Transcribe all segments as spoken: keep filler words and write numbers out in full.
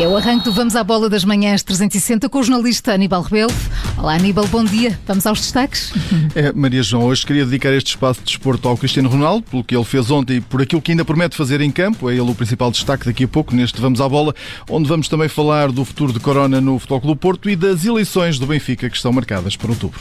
É o arranque do Vamos à Bola das Manhãs trezentos e sessenta com o jornalista Aníbal Rebelo. Olá Aníbal, bom dia. Vamos aos destaques? É, Maria João, hoje queria dedicar este espaço de desporto ao Cristiano Ronaldo, pelo que ele fez ontem e por aquilo que ainda promete fazer em campo. É ele o principal destaque daqui a pouco neste Vamos à Bola, onde vamos também falar do futuro de Corona no Futebol Clube do Porto e das eleições do Benfica que estão marcadas para outubro.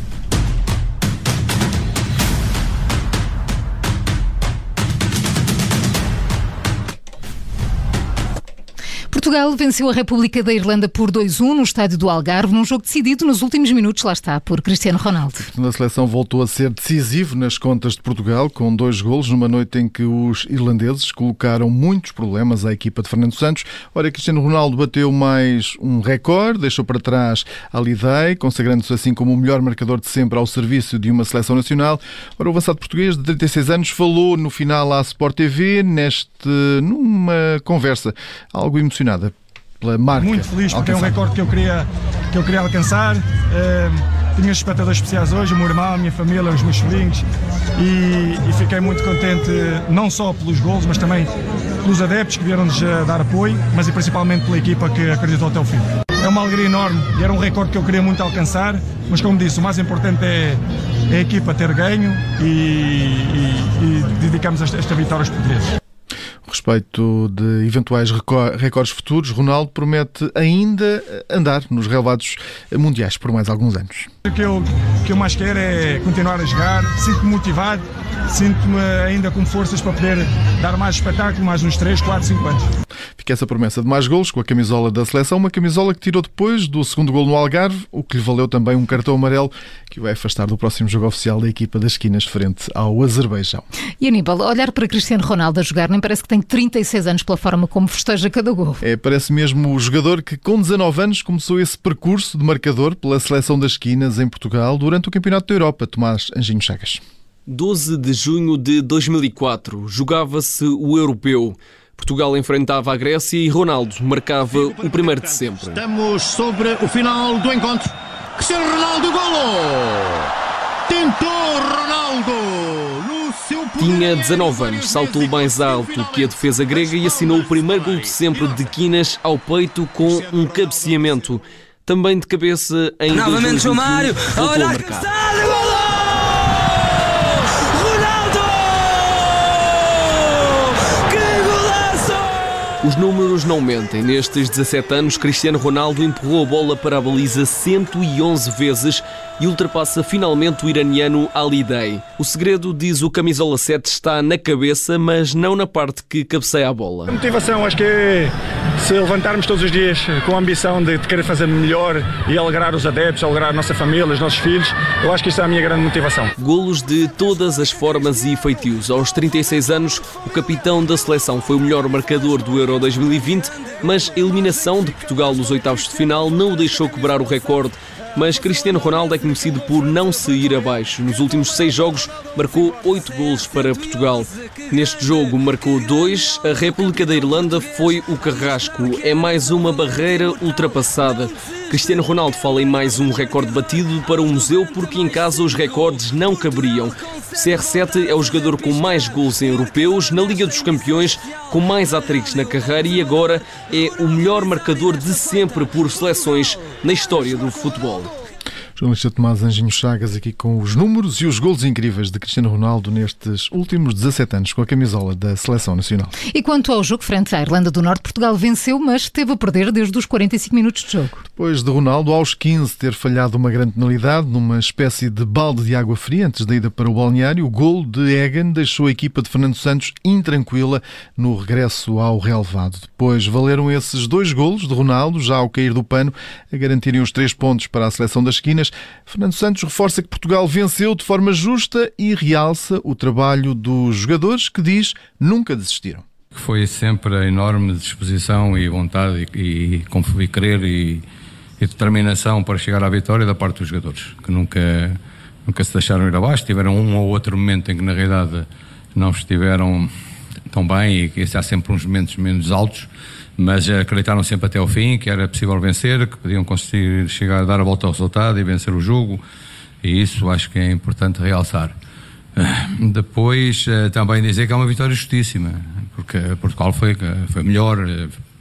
Portugal venceu a República da Irlanda por dois a um no estádio do Algarve, num jogo decidido nos últimos minutos, lá está, por Cristiano Ronaldo. A seleção voltou a ser decisivo nas contas de Portugal, com dois golos, numa noite em que os irlandeses colocaram muitos problemas à equipa de Fernando Santos. Ora, Cristiano Ronaldo bateu mais um recorde, deixou para trás Ali Day, consagrando-se assim como o melhor marcador de sempre ao serviço de uma seleção nacional. Ora, o avançado português de trinta e seis anos falou no final à Sport T V, neste, numa conversa algo emocionada pela marca. Muito feliz porque alcançada. É um recorde que eu queria, que eu queria alcançar. Uh, tinha espectadores especiais hoje, o meu irmão, a minha família, os meus filhinhos, e, e fiquei muito contente não só pelos golos, mas também pelos adeptos que vieram-nos dar apoio, mas e principalmente pela equipa que acreditou até o fim. É uma alegria enorme e era um recorde que eu queria muito alcançar, mas como disse, o mais importante é, é a equipa ter ganho e, e, e dedicamos esta, esta vitória aos portugueses. A respeito de eventuais recordes futuros, Ronaldo promete ainda andar nos relevados mundiais por mais alguns anos. O que eu, o que eu mais quero é continuar a jogar, sinto-me motivado, sinto-me ainda com forças para poder dar mais espetáculo, mais uns três, quatro, cinco anos. Fica essa promessa de mais golos com a camisola da seleção, uma camisola que tirou depois do segundo golo no Algarve, o que lhe valeu também um cartão amarelo que o vai afastar do próximo jogo oficial da equipa das esquinas frente ao Azerbaijão. E Aníbal, olhar para Cristiano Ronaldo a jogar nem parece que tem trinta e seis anos pela forma como festeja cada gol. É, parece mesmo o jogador que com dezanove anos começou esse percurso de marcador pela seleção das esquinas em Portugal durante o Campeonato da Europa. Tomás Anjinho Chagas. doze de junho de dois mil e quatro, jogava-se o Europeu. Portugal enfrentava a Grécia e Ronaldo marcava o primeiro de sempre. Estamos sobre o final do encontro. Cristiano Ronaldo, golo! Tentou Ronaldo! No seu poder... Tinha dezanove anos, saltou mais alto que a defesa grega e assinou o primeiro gol de sempre de quinas ao peito com um cabeceamento. Também de cabeça em novamente o Mário, olha a cabeçada, golo! Os números não mentem. Nestes dezassete anos, Cristiano Ronaldo empurrou a bola para a baliza cento e onze vezes e ultrapassa finalmente o iraniano Ali Day. O segredo, diz o camisola sete, está na cabeça, mas não na parte que cabeceia a bola. A motivação, acho que é se levantarmos todos os dias com a ambição de querer fazer melhor e alegrar os adeptos, alegrar a nossa família, os nossos filhos, eu acho que isso é a minha grande motivação. Golos de todas as formas e feitios. Aos trinta e seis anos, o capitão da seleção foi o melhor marcador do Euro dois mil e vinte, mas a eliminação de Portugal nos oitavos de final não o deixou quebrar o recorde. Mas Cristiano Ronaldo é conhecido por não se ir abaixo. Nos últimos seis jogos marcou oito golos para Portugal. Neste jogo marcou dois. A República da Irlanda foi o carrasco. É mais uma barreira ultrapassada. Cristiano Ronaldo fala em mais um recorde batido para o museu porque em casa os recordes não caberiam. C R sete é o jogador com mais gols em europeus, na Liga dos Campeões, com mais hat-tricks na carreira e agora é o melhor marcador de sempre por seleções na história do futebol. O jornalista Tomás Anjinho Chagas aqui com os números e os golos incríveis de Cristiano Ronaldo nestes últimos dezassete anos com a camisola da Seleção Nacional. E quanto ao jogo frente à Irlanda do Norte, Portugal venceu, mas teve a perder desde os quarenta e cinco minutos de jogo. Depois de Ronaldo, aos quinze, ter falhado uma grande penalidade numa espécie de balde de água fria antes da ida para o balneário, o golo de Egan deixou a equipa de Fernando Santos intranquila no regresso ao relevado. Depois valeram esses dois golos de Ronaldo, já ao cair do pano, a garantirem os três pontos para a Seleção das Esquinas. Fernando Santos reforça que Portugal venceu de forma justa e realça o trabalho dos jogadores que diz nunca desistiram. Foi sempre a enorme disposição e vontade e, e, e querer e, e determinação para chegar à vitória da parte dos jogadores, que nunca, nunca se deixaram ir abaixo. Tiveram um ou outro momento em que na realidade não estiveram tão bem e que há sempre uns momentos menos altos, mas acreditaram sempre até ao fim que era possível vencer, que podiam conseguir chegar a dar a volta ao resultado e vencer o jogo, e isso acho que é importante realçar. Depois também dizer que é uma vitória justíssima, porque Portugal foi, foi melhor,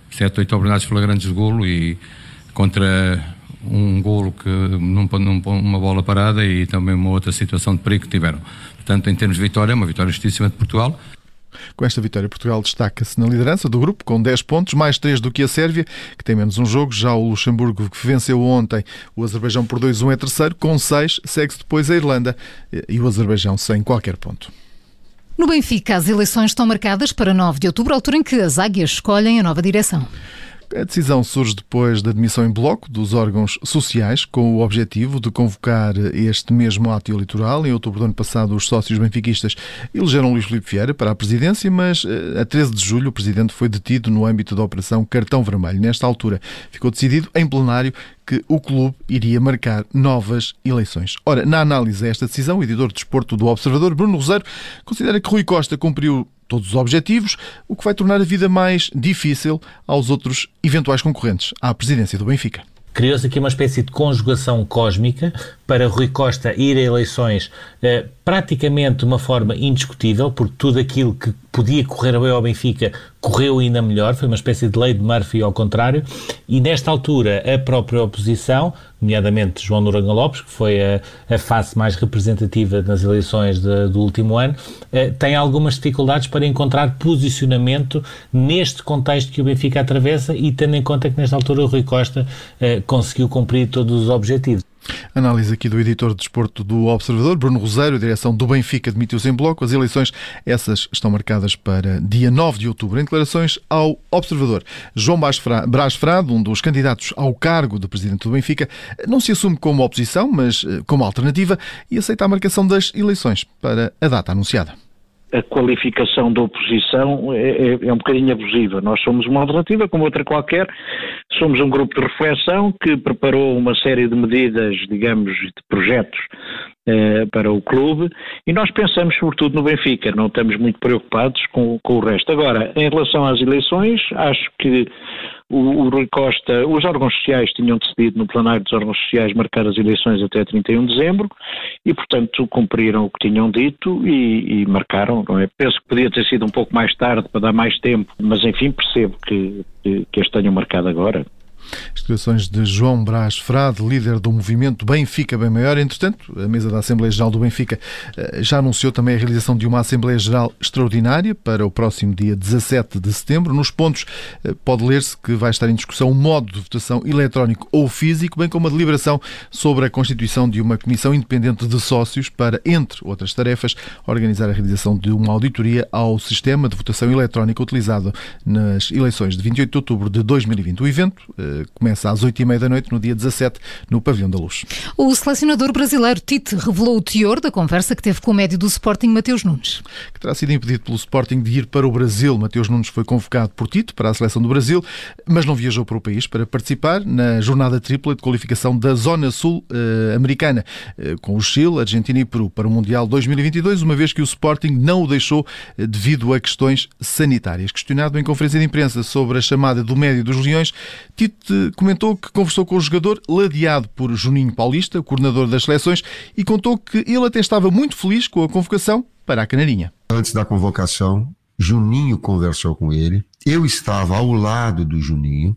sete, oito oportunidades flagrantes de golo e contra um golo que num, num, uma bola parada e também uma outra situação de perigo que tiveram. Portanto, em termos de vitória, é uma vitória justíssima de Portugal. Com esta vitória, Portugal destaca-se na liderança do grupo, com dez pontos, mais três do que a Sérvia, que tem menos um jogo. Já o Luxemburgo, que venceu ontem o Azerbaijão por dois a um, é terceiro, com seis. Segue-se depois a Irlanda e o Azerbaijão sem qualquer ponto. No Benfica, as eleições estão marcadas para nove de outubro, altura em que as águias escolhem a nova direção. A decisão surge depois da admissão em bloco dos órgãos sociais, com o objetivo de convocar este mesmo ato eleitoral. Em outubro do ano passado, os sócios benfiquistas elegeram Luís Filipe Vieira para a presidência, mas a treze de julho o presidente foi detido no âmbito da Operação Cartão Vermelho. Nesta altura, ficou decidido em plenário que o clube iria marcar novas eleições. Ora, na análise a esta decisão, o editor de desporto do Observador, Bruno Roseiro, considera que Rui Costa cumpriu todos os objetivos, o que vai tornar a vida mais difícil aos outros eventuais concorrentes à presidência do Benfica. Criou-se aqui uma espécie de conjugação cósmica para Rui Costa ir a eleições eh, praticamente de uma forma indiscutível, porque tudo aquilo que podia correr bem ao Benfica correu ainda melhor, foi uma espécie de lei de Murphy ao contrário, e nesta altura a própria oposição, nomeadamente João Noronha Lopes, que foi a, a face mais representativa nas eleições de, do último ano, eh, tem algumas dificuldades para encontrar posicionamento neste contexto que o Benfica atravessa e tendo em conta que nesta altura o Rui Costa eh, conseguiu cumprir todos os objetivos. Análise aqui do editor de desporto do Observador, Bruno Roseiro. A direção do Benfica demitiu-se em bloco. As eleições, essas estão marcadas para dia nove de outubro. Em declarações ao Observador, João Brás Frado, um dos candidatos ao cargo de presidente do Benfica, não se assume como oposição, mas como alternativa, e aceita a marcação das eleições para a data anunciada. A qualificação da oposição é, é, é um bocadinho abusiva. Nós somos uma alternativa como outra qualquer, somos um grupo de reflexão que preparou uma série de medidas, digamos, de projetos eh, para o clube, e nós pensamos sobretudo no Benfica, não estamos muito preocupados com, com o resto. Agora, em relação às eleições, acho que o, o Rui Costa, os órgãos sociais tinham decidido no plenário dos órgãos sociais marcar as eleições até trinta e um de dezembro e, portanto, cumpriram o que tinham dito e, e marcaram, não é? Penso que podia ter sido um pouco mais tarde para dar mais tempo, mas enfim, percebo que, que, que as tenham marcado agora. As declarações de João Brás Frade, líder do movimento Benfica Bem Maior. Entretanto, a mesa da Assembleia Geral do Benfica já anunciou também a realização de uma Assembleia Geral extraordinária para o próximo dia dezassete de setembro. Nos pontos pode ler-se que vai estar em discussão um modo de votação eletrónico ou físico, bem como a deliberação sobre a constituição de uma comissão independente de sócios para, entre outras tarefas, organizar a realização de uma auditoria ao sistema de votação eletrónica utilizado nas eleições de vinte e oito de outubro de dois mil e vinte. O evento começa às oito e meia da noite, no dia dezassete, no Pavilhão da Luz. O selecionador brasileiro Tite revelou o teor da conversa que teve com o médio do Sporting, Mateus Nunes. Que terá sido impedido pelo Sporting de ir para o Brasil. Mateus Nunes foi convocado por Tite para a seleção do Brasil, mas não viajou para o país para participar na jornada tripla de qualificação da Zona Sul-Americana, eh, com o Chile, Argentina e Peru, para o Mundial dois mil e vinte e dois, uma vez que o Sporting não o deixou eh, devido a questões sanitárias. Questionado em conferência de imprensa sobre a chamada do médio dos Leões, Tite comentou que conversou com o jogador ladeado por Juninho Paulista, coordenador das seleções, e contou que ele até estava muito feliz com a convocação para a Canarinha. Antes da convocação, Juninho conversou com ele, eu estava ao lado do Juninho,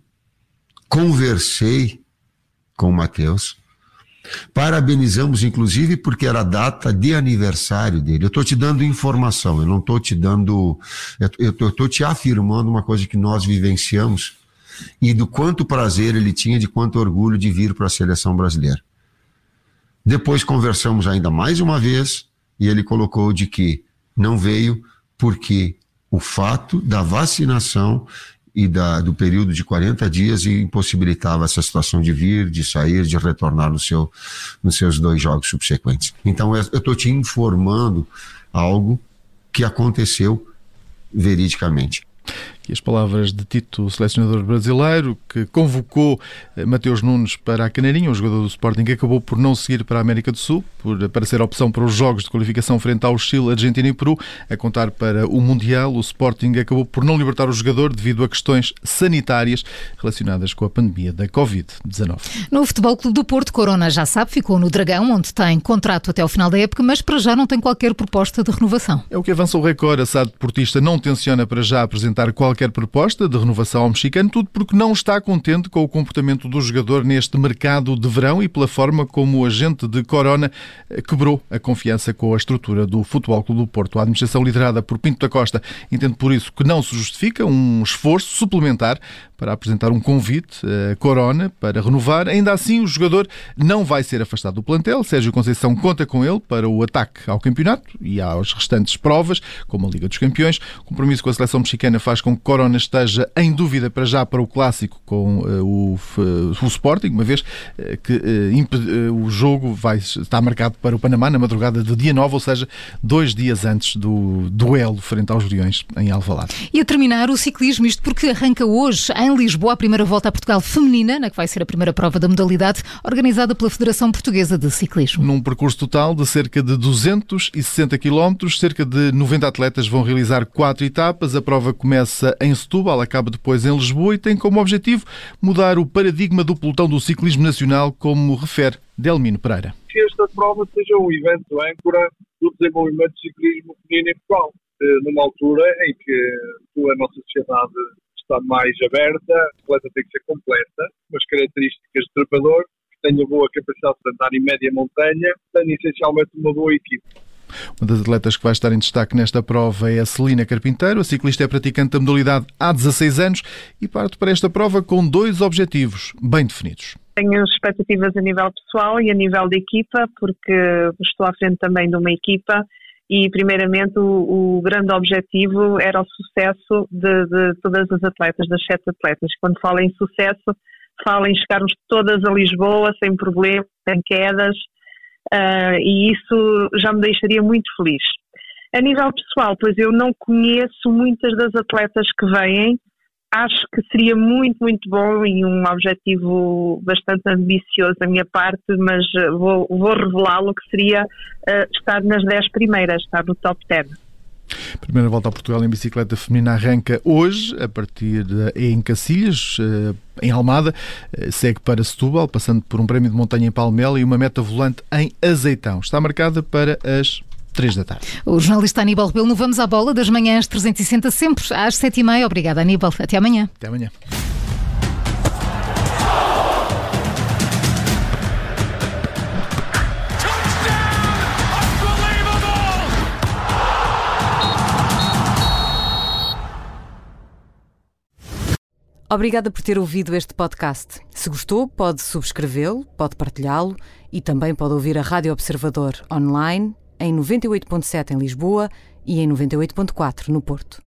conversei com o Mateus, parabenizamos inclusive porque era a data de aniversário dele. Eu estou te dando informação, eu não estou te dando, eu estou te afirmando uma coisa que nós vivenciamos e do quanto prazer ele tinha, de quanto orgulho de vir para a seleção brasileira. Depois conversamos ainda mais uma vez e ele colocou de que não veio porque o fato da vacinação e da, do período de quarenta dias impossibilitava essa situação de vir, de sair, de retornar no seu, nos seus dois jogos subsequentes. Então eu estou te informando algo que aconteceu veridicamente. E as palavras de Tito, o selecionador brasileiro, que convocou Mateus Nunes para a Canarinha, o jogador do Sporting, que acabou por não seguir para a América do Sul, por, para ser a opção para os jogos de qualificação frente ao Chile, Argentina e Peru. A contar para o Mundial, o Sporting acabou por não libertar o jogador devido a questões sanitárias relacionadas com a pandemia da covid dezanove. No Futebol Clube do Porto, Corona já sabe, ficou no Dragão, onde tem contrato até ao final da época, mas para já não tem qualquer proposta de renovação. É o que avança o Record. A S A D Deportista não tenciona para já apresentar qualquer qualquer proposta de renovação ao mexicano, tudo porque não está contente com o comportamento do jogador neste mercado de verão e pela forma como o agente de Corona quebrou a confiança com a estrutura do Futebol Clube do Porto. A administração liderada por Pinto da Costa entende por isso que não se justifica um esforço suplementar para apresentar um convite a Corona para renovar. Ainda assim, o jogador não vai ser afastado do plantel. Sérgio Conceição conta com ele para o ataque ao campeonato e às restantes provas, como a Liga dos Campeões. O compromisso com a seleção mexicana faz com que Corona esteja em dúvida para já para o clássico com uh, o, uh, o Sporting, uma vez uh, que uh, uh, o jogo vai, está marcado para o Panamá na madrugada do dia nove, ou seja, dois dias antes do duelo frente aos Leões em Alvalade. E a terminar o ciclismo, isto porque arranca hoje em Lisboa a primeira volta a Portugal feminina, na que vai ser a primeira prova da modalidade, organizada pela Federação Portuguesa de Ciclismo. Num percurso total de cerca de duzentos e sessenta quilómetros, cerca de noventa atletas vão realizar quatro etapas. A prova começa em Setúbal, acaba depois em Lisboa e tem como objetivo mudar o paradigma do pelotão do ciclismo nacional, como refere Delmino Pereira. Que esta prova seja um evento âncora do desenvolvimento do ciclismo feminino em Portugal, numa altura em que a nossa sociedade está mais aberta, a atleta tem que ser completa, umas características de trepador, que tenha boa capacidade de andar em média montanha, tenha essencialmente uma boa equipe. Uma das atletas que vai estar em destaque nesta prova é a Celina Carpinteiro. A ciclista é praticante da modalidade há dezasseis anos e parte para esta prova com dois objetivos bem definidos. Tenho expectativas a nível pessoal e a nível de equipa, porque estou à frente também de uma equipa e, primeiramente, o, o grande objetivo era o sucesso de, de todas as atletas, das sete atletas. Quando falo em sucesso, falo em chegarmos todas a Lisboa sem problemas, sem quedas, uh, e isso já me deixaria muito feliz. A nível pessoal, pois eu não conheço muitas das atletas que vêm. Acho que seria muito, muito bom e um objetivo bastante ambicioso da minha parte, mas vou, vou revelá-lo, que seria uh, estar nas dez primeiras, estar no top dez. A primeira volta a Portugal em bicicleta feminina arranca hoje, a partir de, em Cacilhas, em Almada, segue para Setúbal, passando por um prémio de montanha em Palmela e uma meta volante em Azeitão. Está marcada para as três da tarde. O jornalista Aníbal Rebelo no Vamos à Bola, das manhãs trezentos e sessenta, sempre às sete e meia. Obrigada, Aníbal. Até amanhã. Até amanhã. Obrigada por ter ouvido este podcast. Se gostou, pode subscrevê-lo, pode partilhá-lo e também pode ouvir a Rádio Observador online em noventa e oito ponto sete em Lisboa e em noventa e oito ponto quatro no Porto.